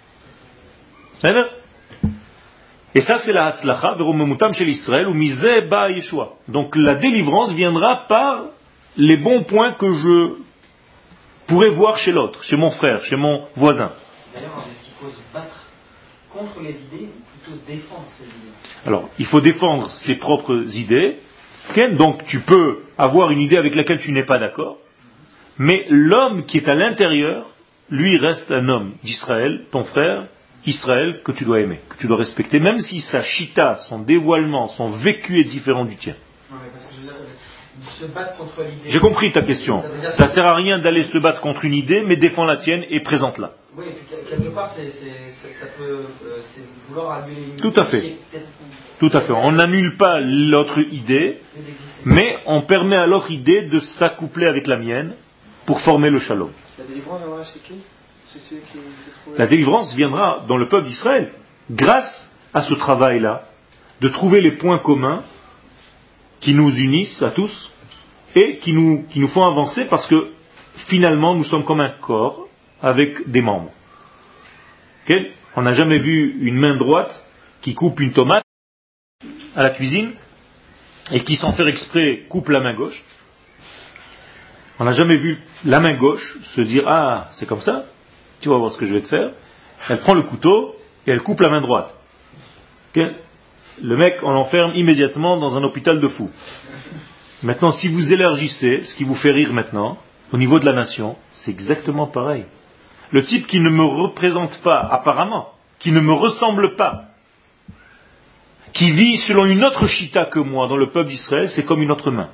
S1: Et ça, c'est la Hatzlacha, Veromemutam shel Israël, ou Mizeh ba Yeshua. Donc la délivrance viendra par les bons points que je pourrais voir chez l'autre, chez mon frère, chez mon voisin.
S4: D'ailleurs, est-ce qu'il faut se battre contre les idées ou plutôt défendre ces idées?
S1: Alors, il faut défendre ses propres idées. Okay? Donc, tu peux avoir une idée avec laquelle tu n'es pas d'accord, mais l'homme qui est à l'intérieur, lui reste un homme d'Israël, ton frère, Israël, que tu dois aimer, que tu dois respecter, même si sa chita, son dévoilement, son vécu est différent du tien.
S4: Non, mais parce que je veux dire, se battre contre l'idée.
S1: J'ai compris ta question. Ça ne sert à rien d'aller se battre contre une idée, mais défends la tienne et présente-la.
S4: Oui, quelque part, c'est, c'est, c'est, ça peut euh, c'est vouloir annuler une idée.
S1: Tout à fait. Tout à fait. On n'annule pas l'autre idée, mais on permet à l'autre idée de s'accoupler avec la mienne pour former le shalom.
S3: La délivrance viendra chez qui? C'est celui qui
S1: La délivrance viendra dans le peuple d'Israël, grâce à ce travail-là, de trouver les points communs qui nous unissent à tous et qui nous, qui nous font avancer, parce que finalement nous sommes comme un corps avec des membres. Okay? On n'a jamais vu une main droite qui coupe une tomate à la cuisine et qui, sans faire exprès, coupe la main gauche. On n'a jamais vu la main gauche se dire « Ah, c'est comme ça, tu vas voir ce que je vais te faire ». Elle prend le couteau et elle coupe la main droite. Okay? Le mec, on l'enferme immédiatement dans un hôpital de fous. Maintenant, si vous élargissez, ce qui vous fait rire maintenant, au niveau de la nation, c'est exactement pareil. Le type qui ne me représente pas, apparemment, qui ne me ressemble pas, qui vit selon une autre chita que moi dans le peuple d'Israël, c'est comme une autre main.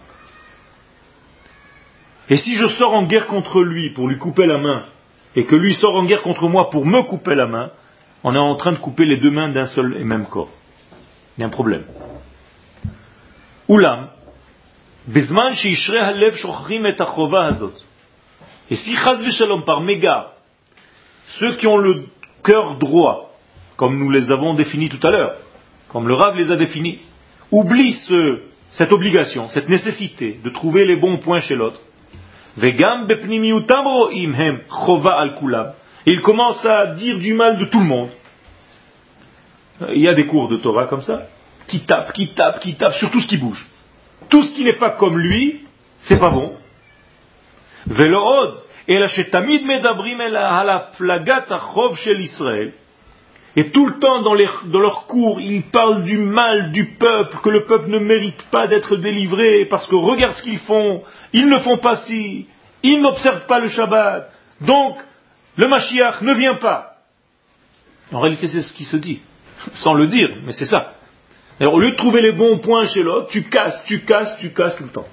S1: Et si je sors en guerre contre lui pour lui couper la main, et que lui sort en guerre contre moi pour me couper la main, on est en train de couper les deux mains d'un seul et même corps. Il y a un problème. Oulam, bezman sheishrei halev shochrim et hachova hazot. Et si chas v'shalom par mégarde, ceux qui ont le cœur droit, comme nous les avons définis tout à l'heure, comme le Rav les a définis, oublient ce, cette obligation, cette nécessité de trouver les bons points chez l'autre, vegam bepnimiutam ro'im hem chova al kulam, et ils commencent à dire du mal de tout le monde. Il y a des cours de Torah comme ça, qui tapent, qui tapent, qui tapent sur tout ce qui bouge. Tout ce qui n'est pas comme lui, c'est pas bon. Velo'od, et la shetamid medabrim el ala flagat achov shel Israël. Et tout le temps dans, les, dans leurs cours, ils parlent du mal du peuple, que le peuple ne mérite pas d'être délivré, parce que regarde ce qu'ils font, ils ne font pas ci, ils n'observent pas le Shabbat, donc le Mashiach ne vient pas. En réalité, c'est ce qui se dit, sans le dire, mais c'est ça. Alors, au lieu de trouver les bons points chez l'autre, tu casses, tu casses, tu casses tout le temps.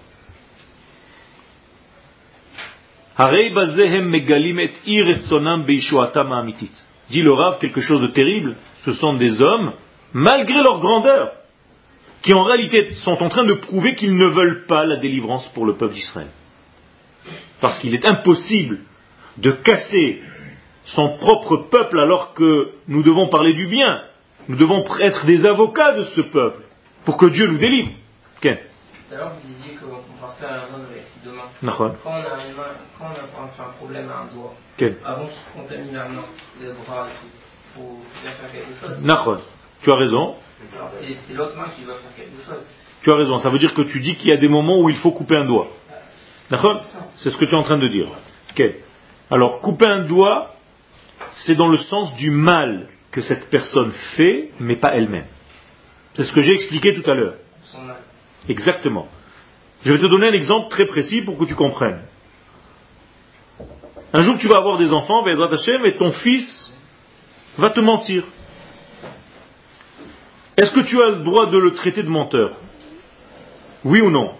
S1: Harei bazehem megalim et iretzonam beishuatam ha'amitit. Dit le Rav quelque chose de terrible, ce sont des hommes, malgré leur grandeur, qui en réalité sont en train de prouver qu'ils ne veulent pas la délivrance pour le peuple d'Israël. Parce qu'il est impossible de casser son propre peuple alors que nous devons parler du bien. Nous devons être des avocats de ce peuple pour que Dieu nous délivre. Okay.
S5: Tout à l'heure, vous disiez qu'on pensait à un homme avec six deux mains.
S1: Quand
S5: on a, une main, quand on a fait un problème à un doigt,
S1: okay.
S5: avant qu'il contamine la main, le bras et tout, il faut bien faire quelque chose.
S1: Nachon. Tu as raison.
S5: Alors c'est, c'est l'autre main qui va faire quelque chose.
S1: Tu as raison. Ça veut dire que tu dis qu'il y a des moments où il faut couper un doigt. Nachon. C'est ce que tu es en train de dire. Okay. Alors, couper un doigt, c'est dans le sens du mal que cette personne fait, mais pas elle-même. C'est ce que j'ai expliqué tout à l'heure.
S5: Son mal.
S1: Exactement. Je vais te donner un exemple très précis pour que tu comprennes. Un jour, tu vas avoir des enfants, Be'ezrat Hashem, et ton fils va te mentir. Est-ce que tu as le droit de le traiter de menteur? Oui ou non?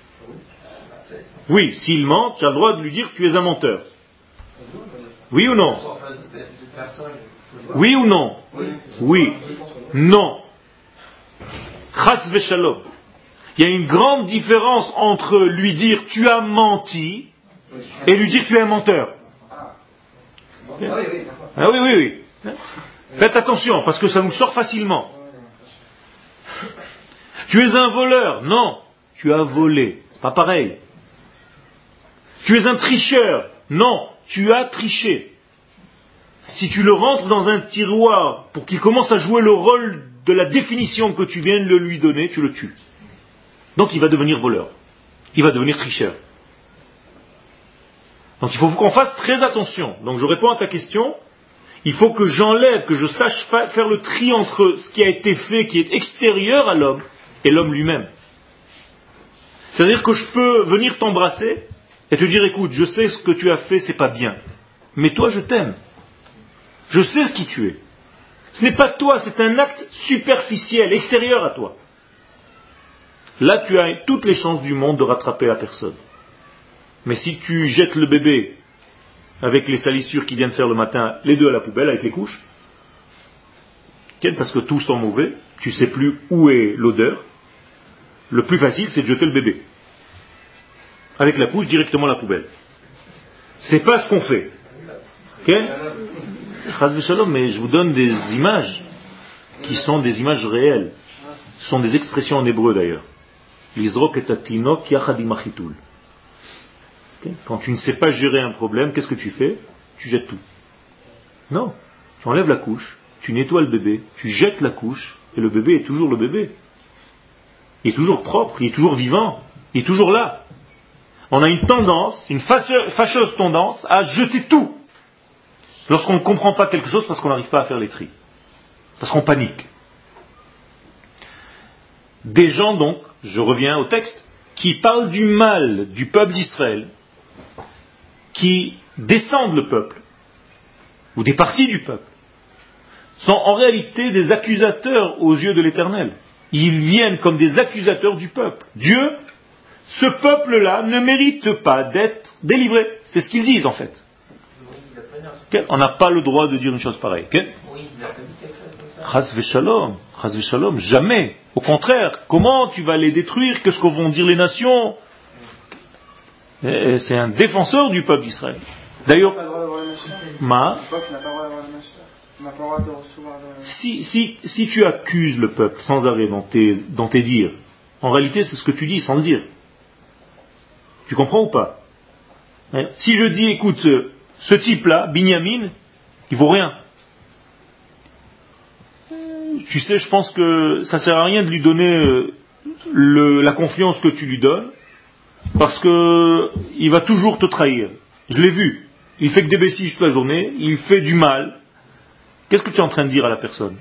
S1: Oui, s'il ment, tu as le droit de lui dire que tu es un menteur. Oui ou non? Oui ou non? Oui. Non. Chas v'shalom. Il y a une grande différence entre lui dire tu as menti et lui dire tu es un menteur. Ah oui, oui, oui. Faites attention, parce que ça nous sort facilement. Tu es un voleur. Non, tu as volé. C'est pas pareil. Tu es un tricheur. Non, tu as triché. Si tu le rentres dans un tiroir pour qu'il commence à jouer le rôle de la définition que tu viens de lui donner, tu le tues. Donc il va devenir voleur. Il va devenir tricheur. Donc il faut qu'on fasse très attention. Donc je réponds à ta question. Il faut que j'enlève, que je sache faire le tri entre ce qui a été fait, qui est extérieur à l'homme, et l'homme lui-même. C'est-à-dire que je peux venir t'embrasser et te dire, écoute, je sais ce que tu as fait, c'est pas bien. Mais toi, je t'aime. Je sais qui tu es. Ce n'est pas toi, c'est un acte superficiel, extérieur à toi. Là, tu as toutes les chances du monde de rattraper la personne. Mais si tu jettes le bébé avec les salissures qu'il vient de faire le matin, les deux à la poubelle, avec les couches, parce que tous sont mauvais, tu ne sais plus où est l'odeur, le plus facile, c'est de jeter le bébé. Avec la couche, directement à la poubelle. C'est pas ce qu'on fait. Okay? Mais je vous donne des images qui sont des images réelles. Ce sont des expressions en hébreu d'ailleurs. L'izrok et atinok yachad imachitul. Quand tu ne sais pas gérer un problème, qu'est-ce que tu fais? Tu jettes tout. Non. Tu enlèves la couche, tu nettoies le bébé, tu jettes la couche, et le bébé est toujours le bébé. Il est toujours propre, il est toujours vivant, il est toujours là. On a une tendance, une fâcheuse tendance à jeter tout lorsqu'on ne comprend pas quelque chose parce qu'on n'arrive pas à faire les tris. Parce qu'on panique. Des gens donc, je reviens au texte, qui parlent du mal du peuple d'Israël, qui descendent le peuple, ou des parties du peuple, sont en réalité des accusateurs aux yeux de l'Éternel. Ils viennent comme des accusateurs du peuple. Dieu, ce peuple-là ne mérite pas d'être délivré. C'est ce qu'ils disent en fait. Okay? On n'a pas le droit de dire une chose pareille. Okay? Chas v'shalom, chas v'shalom, jamais. Au contraire, comment tu vas les détruire? Qu'est-ce que vont dire les nations? Et c'est un défenseur du peuple d'Israël. D'ailleurs, Ma, si, si, si tu accuses le peuple sans arrêt dans tes, dans tes dires, en réalité c'est ce que tu dis sans le dire. Tu comprends ou pas? Si je dis, écoute, ce type-là, Binyamin, il vaut rien. Tu sais, je pense que ça sert à rien de lui donner le, la confiance que tu lui donnes, parce que il va toujours te trahir. Je l'ai vu. Il fait que des bêtises toute la journée, il fait du mal. Qu'est-ce que tu es en train de dire à la personne?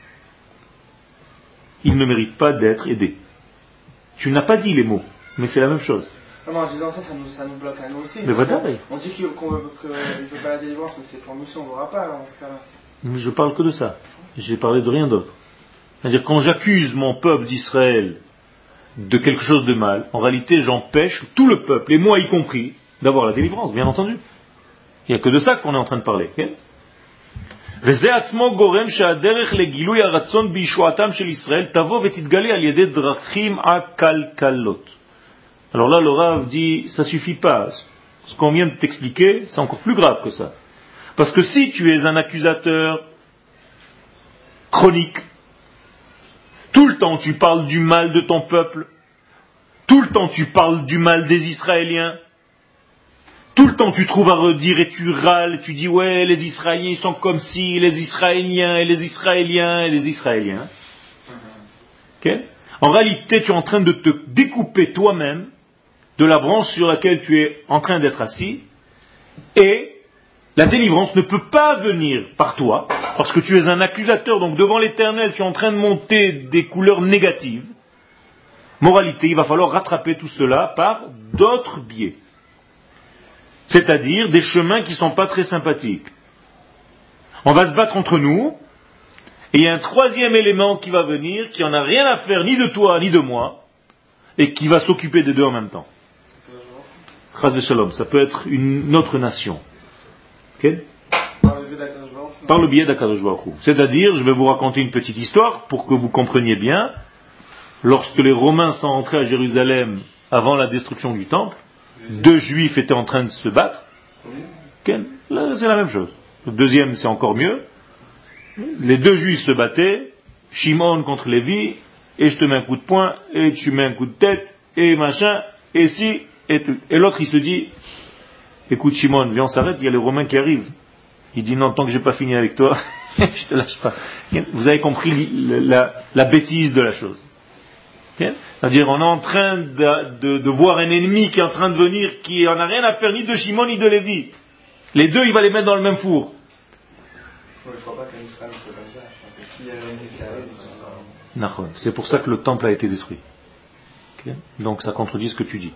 S1: Il ne mérite pas d'être aidé. Tu n'as pas dit les mots, mais c'est la même chose.
S3: Non, en disant ça, ça nous, ça nous bloque à nous aussi.
S1: Mais voilà.
S3: On, on dit qu'il qu'on, qu'il ne fait pas la délivrance, mais c'est pour nous aussi, on ne l'aura pas dans ce cas-là.
S1: Mais je parle que de ça. J'ai parlé de rien d'autre. C'est-à-dire, quand j'accuse mon peuple d'Israël de quelque chose de mal, en réalité, j'empêche tout le peuple, et moi y compris, d'avoir la délivrance, bien entendu. Il n'y a que de ça qu'on est en train de parler. Okay? Alors là, le Rav dit, ça suffit pas. Ce qu'on vient de t'expliquer, c'est encore plus grave que ça. Parce que si tu es un accusateur chronique, tout le temps tu parles du mal de ton peuple, tout le temps tu parles du mal des Israéliens, tout le temps tu trouves à redire et tu râles, et tu dis ouais, les Israéliens ils sont comme ci, les Israéliens et les Israéliens et les Israéliens. Okay? En réalité, tu es en train de te découper toi-même de la branche sur laquelle tu es en train d'être assis, et la délivrance ne peut pas venir par toi, parce que tu es un accusateur, donc devant l'Éternel, tu es en train de monter des couleurs négatives. Moralité, il va falloir rattraper tout cela par d'autres biais. C'est-à-dire des chemins qui ne sont pas très sympathiques. On va se battre entre nous, et il y a un troisième élément qui va venir, qui n'en a rien à faire ni de toi ni de moi, et qui va s'occuper des deux en même temps. Chas v'shalom, ça peut être une autre nation. Okay? Par le biais d'Akadosh Baruch Hu. C'est-à-dire, je vais vous raconter une petite histoire pour que vous compreniez bien. Lorsque les Romains sont entrés à Jérusalem avant la destruction du temple, deux Juifs étaient en train de se battre. Okay? Là, c'est la même chose. Le deuxième, c'est encore mieux. Les deux juifs se battaient, Shimon contre Lévi, et je te mets un coup de poing, et tu mets un coup de tête, et machin, et si, et tout. Et l'autre il se dit, écoute Shimon, viens on s'arrête, il y a les Romains qui arrivent. Il dit non, tant que j'ai pas fini avec toi, je te lâche pas. Vous avez compris la, la, la bêtise de la chose. Okay? C'est-à-dire, on est en train de, de, de voir un ennemi qui est en train de venir, qui n'en a rien à faire ni de Shimon ni de Lévi. Les deux, il va les mettre dans le même four.
S3: Je ne crois pas qu'un Israël soit comme ça. Je pense que s'il y a un ennemi qui arrive, ils sont ça.
S1: C'est pour ça que le temple a été détruit. Okay? Donc ça contredit ce que tu dis.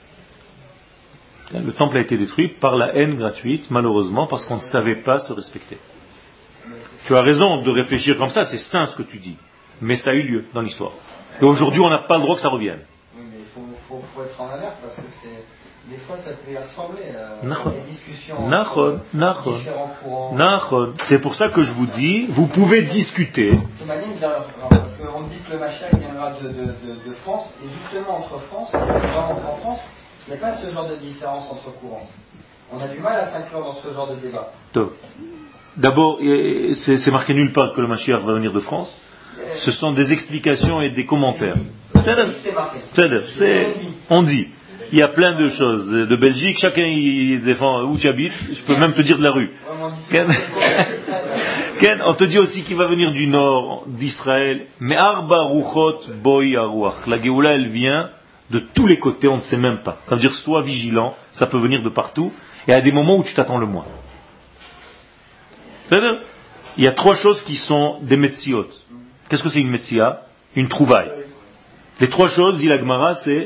S1: Le temple a été détruit par la haine gratuite, malheureusement, parce qu'on ne savait pas se respecter. Tu as raison de réfléchir comme ça, c'est sain ce que tu dis. Mais ça a eu lieu dans l'histoire. Et aujourd'hui, on n'a pas le droit que ça revienne.
S4: Oui, mais il faut, faut, faut être en alerte parce que c'est, des fois ça peut y ressembler à
S1: Nachon.
S4: des discussions
S1: Nachon.
S4: entre
S1: Nachon.
S4: différents courants.
S1: Nachon. C'est pour ça que je vous dis, vous pouvez discuter.
S4: C'est malin de dire, parce qu'on dit que le Mashiach viendra de, de, de, de France, et justement entre France, vraiment en France, il n'y a pas ce genre de différence entre courants. On a du mal à s'inclure dans ce genre de débat.
S1: D'abord, c'est, c'est marqué nulle part que le Mashiach va venir de France. Ce sont des explications et des commentaires. C'est, c'est, on dit. Il y a plein de choses. De Belgique, chacun y défend où tu habites. Je peux même te dire de la rue. Ken, Ken, on te dit aussi qu'il va venir du nord d'Israël. Mais Arba Ruchot Boy Aruach. La Géoula, elle vient de tous les côtés, on ne sait même pas. Ça veut dire, sois vigilant, ça peut venir de partout, et à des moments où tu t'attends le moins. C'est-à-dire, il y a trois choses qui sont des metziot. Qu'est-ce que c'est une metzia? Une trouvaille. Les trois choses, dit la Gemara, c'est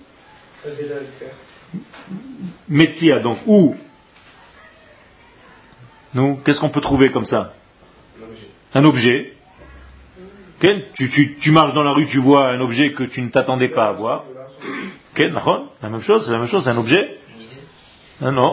S1: metzia, donc où nous, qu'est-ce qu'on peut trouver comme ça? Un objet. Okay? Tu, tu, tu marches dans la rue, tu vois un objet que tu ne t'attendais pas à voir. Okay, la même chose, c'est la même chose, c'est un objet. Ah non.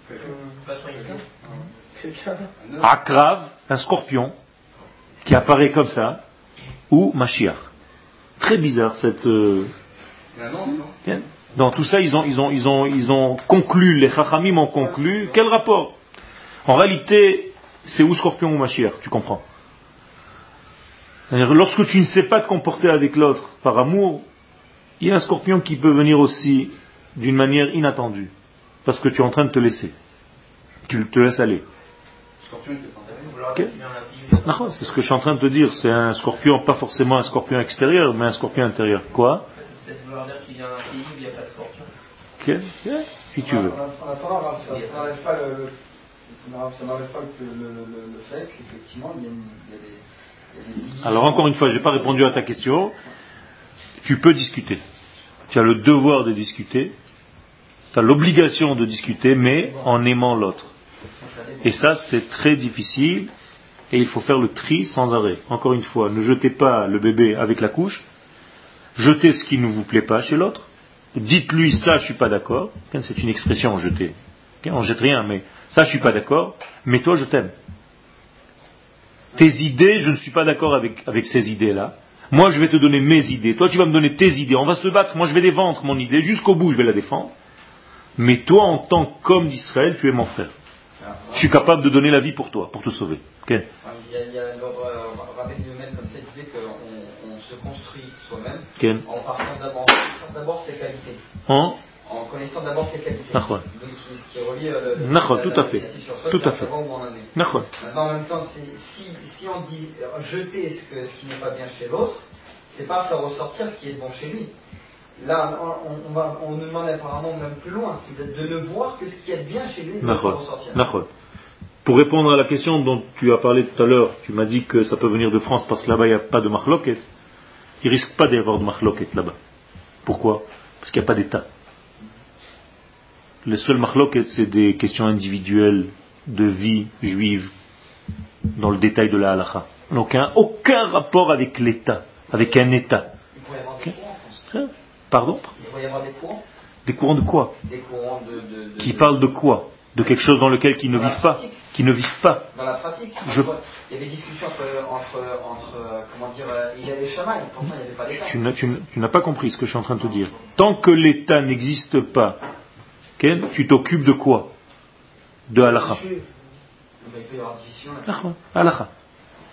S1: Akrav, un scorpion qui apparaît comme ça, ou Mashiach. Très bizarre cette. Euh... Okay. Dans tout ça, ils ont, ils ont, ils ont, ils ont conclu, les Chachamim ont conclu. Quel rapport? En réalité, c'est ou scorpion ou Mashiach, tu comprends? C'est-à-dire, lorsque tu ne sais pas te comporter avec l'autre par amour, il y a un scorpion qui peut venir aussi d'une manière inattendue, parce que tu es en train de te laisser. Tu te laisses aller. Okay. C'est ce que je suis en train de te dire. C'est un scorpion, pas forcément un scorpion extérieur, mais un scorpion intérieur. Quoi?
S5: Peut-être vouloir dire qu'il vient d'un pays où il n'y a pas de scorpion.
S1: Okay. Yeah. Si tu veux.
S4: En attendant, ça n'enlève pas le, ça n'enlève pas le, le, le, le fait qu'effectivement, il y a, une, il y a des, il y a des
S1: Alors encore une fois, je n'ai pas répondu à ta question. Tu peux discuter. Tu as le devoir de discuter. Tu as l'obligation de discuter, mais en aimant l'autre. Et ça, c'est très difficile. Et il faut faire le tri sans arrêt. Encore une fois, ne jetez pas le bébé avec la couche. Jetez ce qui ne vous plaît pas chez l'autre. Dites-lui ça, je suis pas d'accord. C'est une expression, jeter. On jette rien, mais ça, je suis pas d'accord. Mais toi, je t'aime. Tes idées, je ne suis pas d'accord avec, avec ces idées-là. Moi, je vais te donner mes idées. Toi, tu vas me donner tes idées. On va se battre. Moi, je vais défendre mon idée. Jusqu'au bout, je vais la défendre. Mais toi, en tant qu'homme d'Israël, tu es mon frère. Je suis capable de donner la vie pour toi, pour te sauver. Okay.
S4: Il y a, il y a l'ordre Rabbi Yomen comme ça, il disait qu'on on se construit soi-même
S1: okay.
S4: en partant d'abord, d'abord ses qualités.
S1: Hein?
S4: En connaissant d'abord ses qualités.
S1: Nachon.
S4: Donc, ce qui relie le, le,
S1: Nachon,
S4: la,
S1: tout
S4: la,
S1: à fait.
S4: Soi,
S1: tout à fait.
S4: Nachon. Maintenant, en même temps, si, si on dit jeter ce, que, ce qui n'est pas bien chez l'autre, c'est pas faire ressortir ce qui est bon chez lui. Là, on, on, va, on nous demande apparemment même plus loin, c'est de, de ne voir que ce qui est bien chez lui et de le faire ressortir.
S1: Nachon. Pour répondre à la question dont tu as parlé tout à l'heure, tu m'as dit que ça peut venir de France parce que là-bas il n'y a pas de machloket. Il ne risque pas d'y avoir de machloket là-bas. Pourquoi? Parce qu'il n'y a pas d'État. Les seuls machloket, c'est des questions individuelles de vie juive dans le détail de la halakha. Donc aucun, aucun rapport avec l'État, avec un État.
S4: Il pourrait y avoir des courants en France.
S1: Pardon?
S4: Il pourrait y avoir des courants.
S1: Des courants de quoi?
S4: Des courants de... de, de
S1: qui
S4: de...
S1: parlent de quoi? De quelque chose dans lequel ils ne vivent pas. Qui ne vivent pas.
S4: Dans la pratique.
S1: Je...
S4: Entre, il y avait des discussions entre, entre, entre comment dire, il y a des chamailles, pourtant il n'y avait pas d'État.
S1: Tu, tu, tu, tu n'as pas compris ce que je suis en train de te dire. Tant que l'État n'existe pas, Ken, tu t'occupes de quoi? De halakha.
S4: Il peut y avoir division.
S1: Halakha.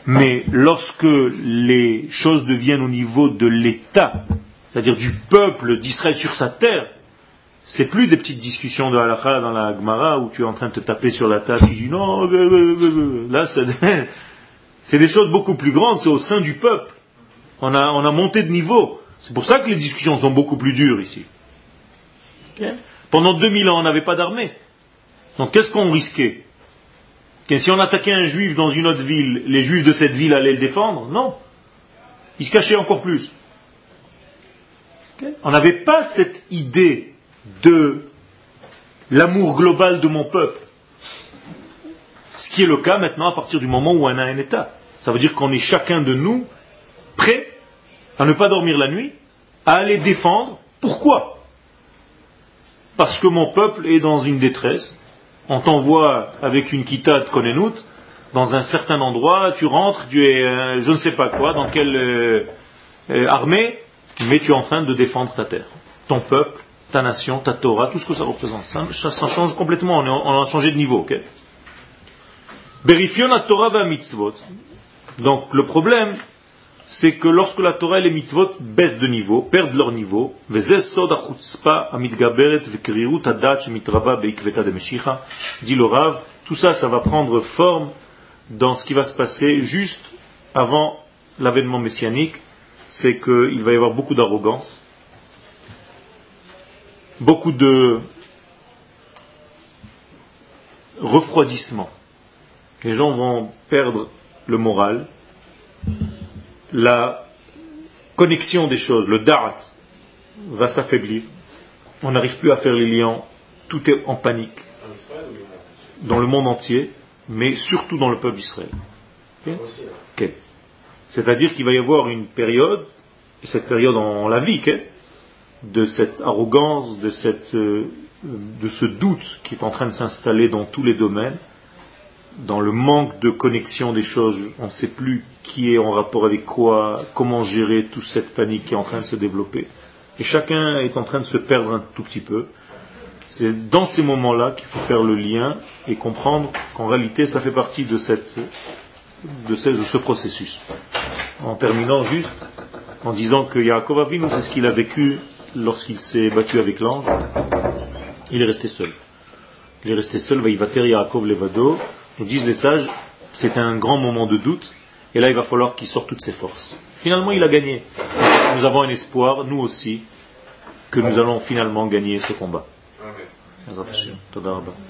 S1: Mais lorsque les choses deviennent au niveau de l'État, c'est-à-dire du peuple d'Israël sur sa terre, c'est plus des petites discussions de halakha dans la Gemara où tu es en train de te taper sur la table, tu dis non, là c'est, c'est des choses beaucoup plus grandes, c'est au sein du peuple. On a, on a monté de niveau. C'est pour ça que les discussions sont beaucoup plus dures ici. Okay. Pendant deux mille ans, on n'avait pas d'armée. Donc qu'est-ce qu'on risquait? Que si on attaquait un juif dans une autre ville, les juifs de cette ville allaient le défendre? Non. Ils se cachaient encore plus. Okay. On n'avait pas cette idée de l'amour global de mon peuple. Ce qui est le cas maintenant à partir du moment où on a un État. Ça veut dire qu'on est chacun de nous prêt à ne pas dormir la nuit, à aller défendre. Pourquoi? Parce que mon peuple est dans une détresse. On t'envoie avec une kita de Konenout dans un certain endroit, tu rentres, tu es euh, je ne sais pas quoi, dans quelle euh, euh, armée, mais tu es en train de défendre ta terre, ton peuple, ta nation, ta Torah, tout ce que ça représente. Ça, ça, ça change complètement, on, est, on a changé de niveau. Okay. Berifion la Torah va mitzvot. Donc le problème, c'est que lorsque la Torah et les mitzvot baissent de niveau, perdent leur niveau, dit le Rav, tout ça, ça va prendre forme dans ce qui va se passer juste avant l'avènement messianique, c'est qu'il va y avoir beaucoup d'arrogance, beaucoup de refroidissement. Les gens vont perdre le moral, la connexion des choses, le da'at, va s'affaiblir. On n'arrive plus à faire les liens, tout est en panique. Dans le monde entier, mais surtout dans le peuple d'Israël. Okay? Okay. C'est-à-dire qu'il va y avoir une période, et cette période on, on la vit, okay? De cette arrogance, de, cette, euh, de ce doute qui est en train de s'installer dans tous les domaines, dans le manque de connexion des choses, on ne sait plus qui est en rapport avec quoi, comment gérer toute cette panique qui est en train de se développer. Et chacun est en train de se perdre un tout petit peu. C'est dans ces moments-là qu'il faut faire le lien et comprendre qu'en réalité ça fait partie de, cette, de, ce, de ce processus. En terminant juste en disant que Yaakov Avinu, c'est ce qu'il a vécu lorsqu'il s'est battu avec l'ange. Il est resté seul. Il est resté seul, Vaïvater Yaakov Levado. Nous disent les sages, c'est un grand moment de doute, et là il va falloir qu'il sorte toutes ses forces. Finalement il a gagné. Nous avons un espoir, nous aussi, que nous allons finalement gagner ce combat. Amen.